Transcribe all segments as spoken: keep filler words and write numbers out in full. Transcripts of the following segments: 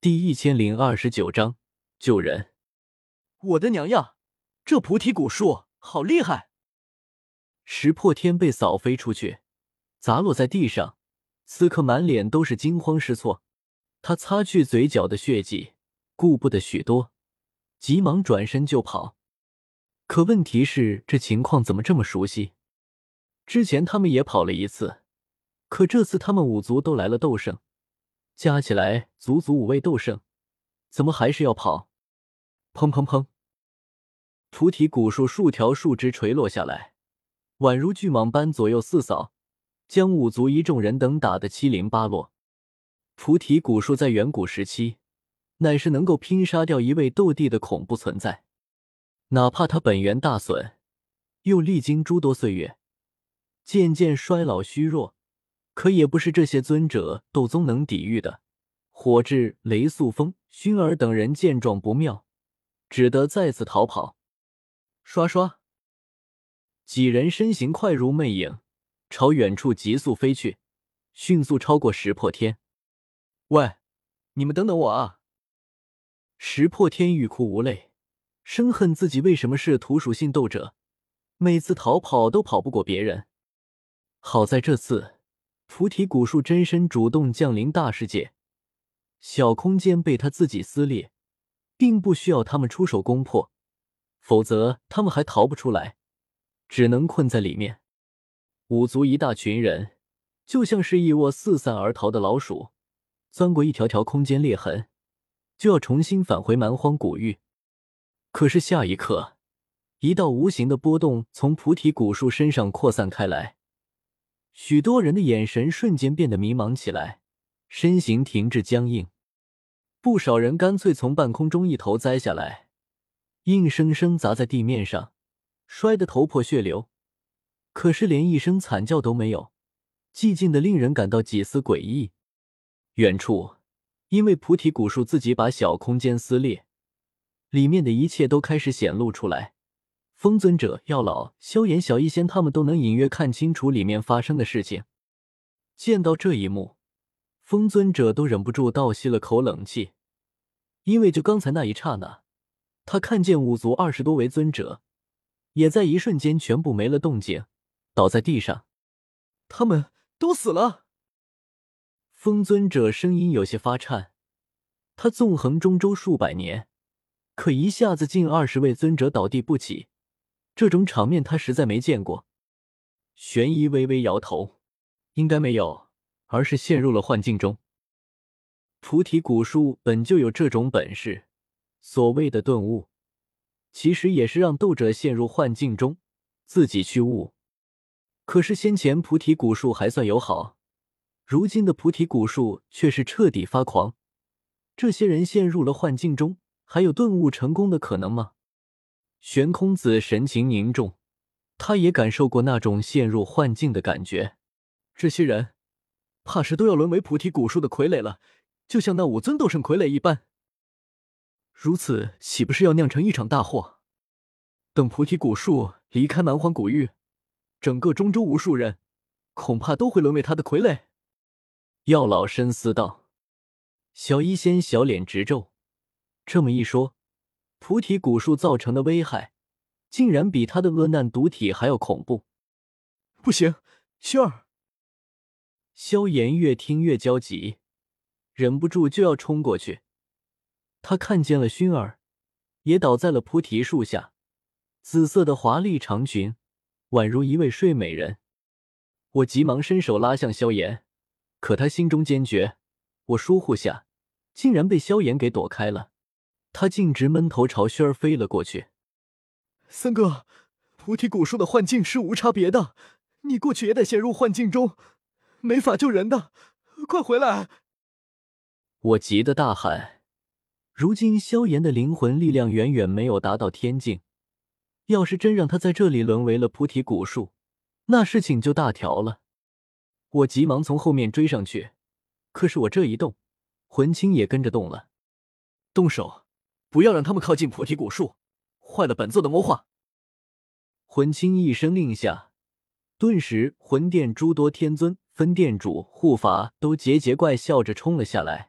第一千零二十九章救人。 我的娘呀，这菩提古树好厉害！ 石破天被扫飞出去，砸落在地上，此刻满脸都是惊慌失措。他擦去嘴角的血迹，顾不得许多，急忙转身就跑。可问题是，这情况怎么这么熟悉？之前他们也跑了一次，可这次他们五族都来了斗圣，加起来足足五位斗圣，怎么还是要跑？砰砰砰！菩提古树数条树枝垂落下来，宛如巨蟒般左右四扫，将五族一众人等打得七零八落。菩提古树在远古时期乃是能够拼杀掉一位斗帝的恐怖存在，哪怕他本源大损，又历经诸多岁月，渐渐衰老虚弱，可也不是这些尊者斗宗能抵御的。火炙、雷肃风、熏儿等人见状不妙，只得再次逃跑。刷刷，几人身形快如魅影，朝远处急速飞去，迅速超过石破天。 喂，你们等等我啊！ 石破天欲哭无泪，生恨自己为什么是土属性斗者，每次逃跑都跑不过别人。好在这次菩提古树真身主动降临大世界，小空间被他自己撕裂，并不需要他们出手攻破，否则他们还逃不出来，只能困在里面。五族一大群人就像是一窝四散而逃的老鼠，钻过一条条空间裂痕，就要重新返回蛮荒古域。可是下一刻，一道无形的波动从菩提古树身上扩散开来，许多人的眼神瞬间变得迷茫起来，身形停滞僵硬。不少人干脆从半空中一头栽下来，硬生生砸在地面上，摔得头破血流，可是连一声惨叫都没有，寂静的令人感到几丝诡异。远处，因为菩提古树自己把小空间撕裂，里面的一切都开始显露出来。风尊者、药老、萧炎、小医仙他们都能隐约看清楚里面发生的事情。见到这一幕，风尊者都忍不住倒吸了口冷气，因为就刚才那一刹那，他看见五族二十多位尊者也在一瞬间全部没了动静，倒在地上。 他们都死了。 风尊者声音有些发颤，他纵横中州数百年，可一下子近二十位尊者倒地不起，这种场面他实在没见过。玄一微微摇头，应该没有，而是陷入了幻境中。菩提古树本就有这种本事，所谓的顿悟，其实也是让斗者陷入幻境中，自己去悟。可是先前菩提古树还算友好，如今的菩提古树却是彻底发狂。这些人陷入了幻境中，还有顿悟成功的可能吗？玄空子神情凝重，他也感受过那种陷入幻境的感觉。 这些人怕是都要沦为菩提古树的傀儡了，就像那五尊斗圣傀儡一般。如此岂不是要酿成一场大祸？等菩提古树离开蛮荒古域，整个中州无数人恐怕都会沦为他的傀儡。 药老深思道。小医仙小脸直皱，这么一说，菩提古树造成的危害竟然比他的恶难毒体还要恐怖。 不行，薰儿！ 萧炎越听越焦急，忍不住就要冲过去。他看见了薰儿，也倒在了菩提树下，紫色的华丽长裙宛如一位睡美人。我急忙伸手拉向萧炎，可他心中坚决，我疏忽下，竟然被萧炎给躲开了。他径直闷头朝薰儿飞了过去。 三哥，菩提古树的幻境是无差别的，你过去也得陷入幻境中，没法救人的，快回来！ 我急得大喊。如今萧炎的灵魂力量远远没有达到天境，要是真让他在这里沦为了菩提古树，那事情就大条了。我急忙从后面追上去，可是我这一动，魂青也跟着动了。 动手，不要让他们靠近菩提古树，坏了本座的谋划。 魂青一声令下，顿时魂殿诸多天尊、分殿主、护法都桀桀怪笑着冲了下来，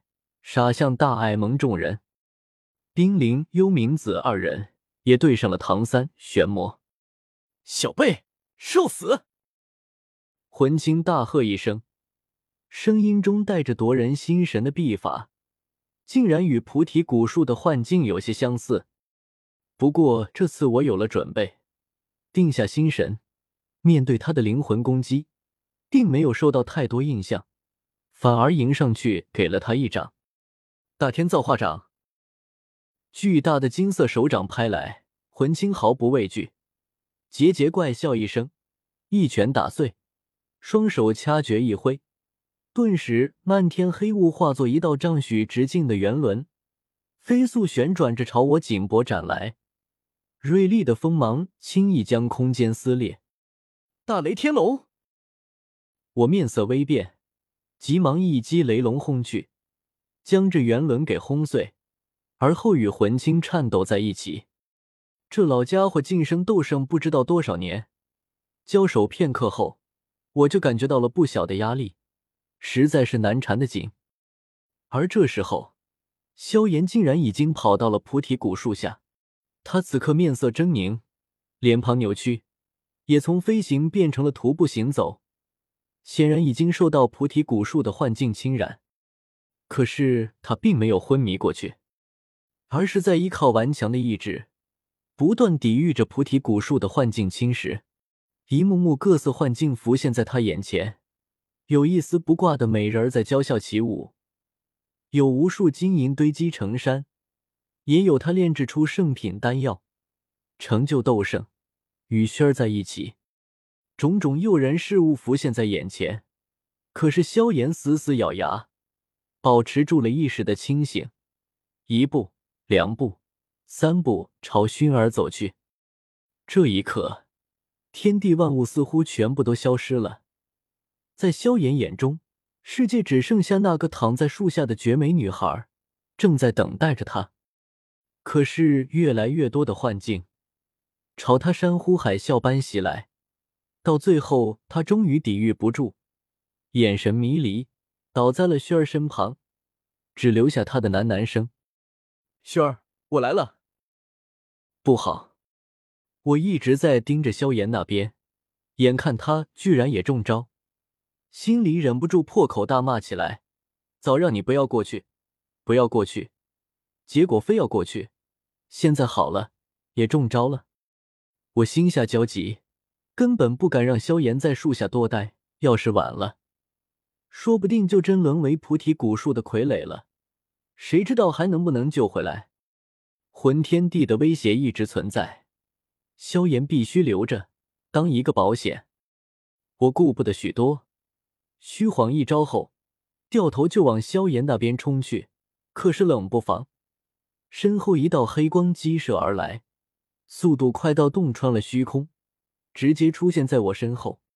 杀向大爱盟众人。冰灵、幽冥子二人也对上了唐三、玄魔。 小辈，受死！ 魂青大喝一声，声音中带着夺人心神的臂法，竟然与菩提古树的幻境有些相似。不过这次我有了准备，定下心神，面对他的灵魂攻击，并没有受到太多印象，反而迎上去给了他一掌。 大天造化掌！ 巨大的金色手掌拍来，魂青毫不畏惧，桀桀怪笑一声，一拳打碎，双手掐诀一挥，顿时漫天黑雾化作一道丈许直径的圆轮，飞速旋转着朝我颈脖斩来。锐利的锋芒轻易将空间撕裂。 大雷天龙！ 我面色微变，急忙一击雷龙轰去，将这圆轮给轰碎，而后与魂青颤抖在一起。这老家伙晋升斗圣不知道多少年，交手片刻后，我就感觉到了不小的压力，实在是难缠得紧。而这时候，萧炎竟然已经跑到了菩提古树下，他此刻面色狰狞，脸庞扭曲，也从飞行变成了徒步行走，显然已经受到菩提古树的幻境侵染。可是他并没有昏迷过去，而是在依靠顽强的意志，不断抵御着菩提古树的幻境侵蚀。一幕幕各色幻境浮现在他眼前，有一丝不挂的美人在娇笑起舞，有无数金银堆积成山，也有他炼制出圣品丹药，成就斗圣，与轩儿在一起。种种诱人事物浮现在眼前，可是萧炎死死咬牙，保持住了意识的清醒，一步两步三步朝熏儿走去。这一刻，天地万物似乎全部都消失了，在萧炎眼中，世界只剩下那个躺在树下的绝美女孩，正在等待着他。可是越来越多的幻境朝他山呼海啸般袭来，到最后他终于抵御不住，眼神迷离，倒在了轩儿身旁，只留下他的喃喃声： 轩儿，我来了。 不好！我一直在盯着萧炎那边，眼看他居然也中招，心里忍不住破口大骂起来：早让你不要过去，不要过去，结果非要过去，现在好了，也中招了。我心下焦急，根本不敢让萧炎在树下多待，要是晚了，说不定就真沦为菩提古树的傀儡了，谁知道还能不能救回来。魂天地的威胁一直存在，萧炎必须留着，当一个保险。我顾不得许多，虚晃一招后，掉头就往萧炎那边冲去。可是冷不防，身后一道黑光激射而来，速度快到洞穿了虚空，直接出现在我身后。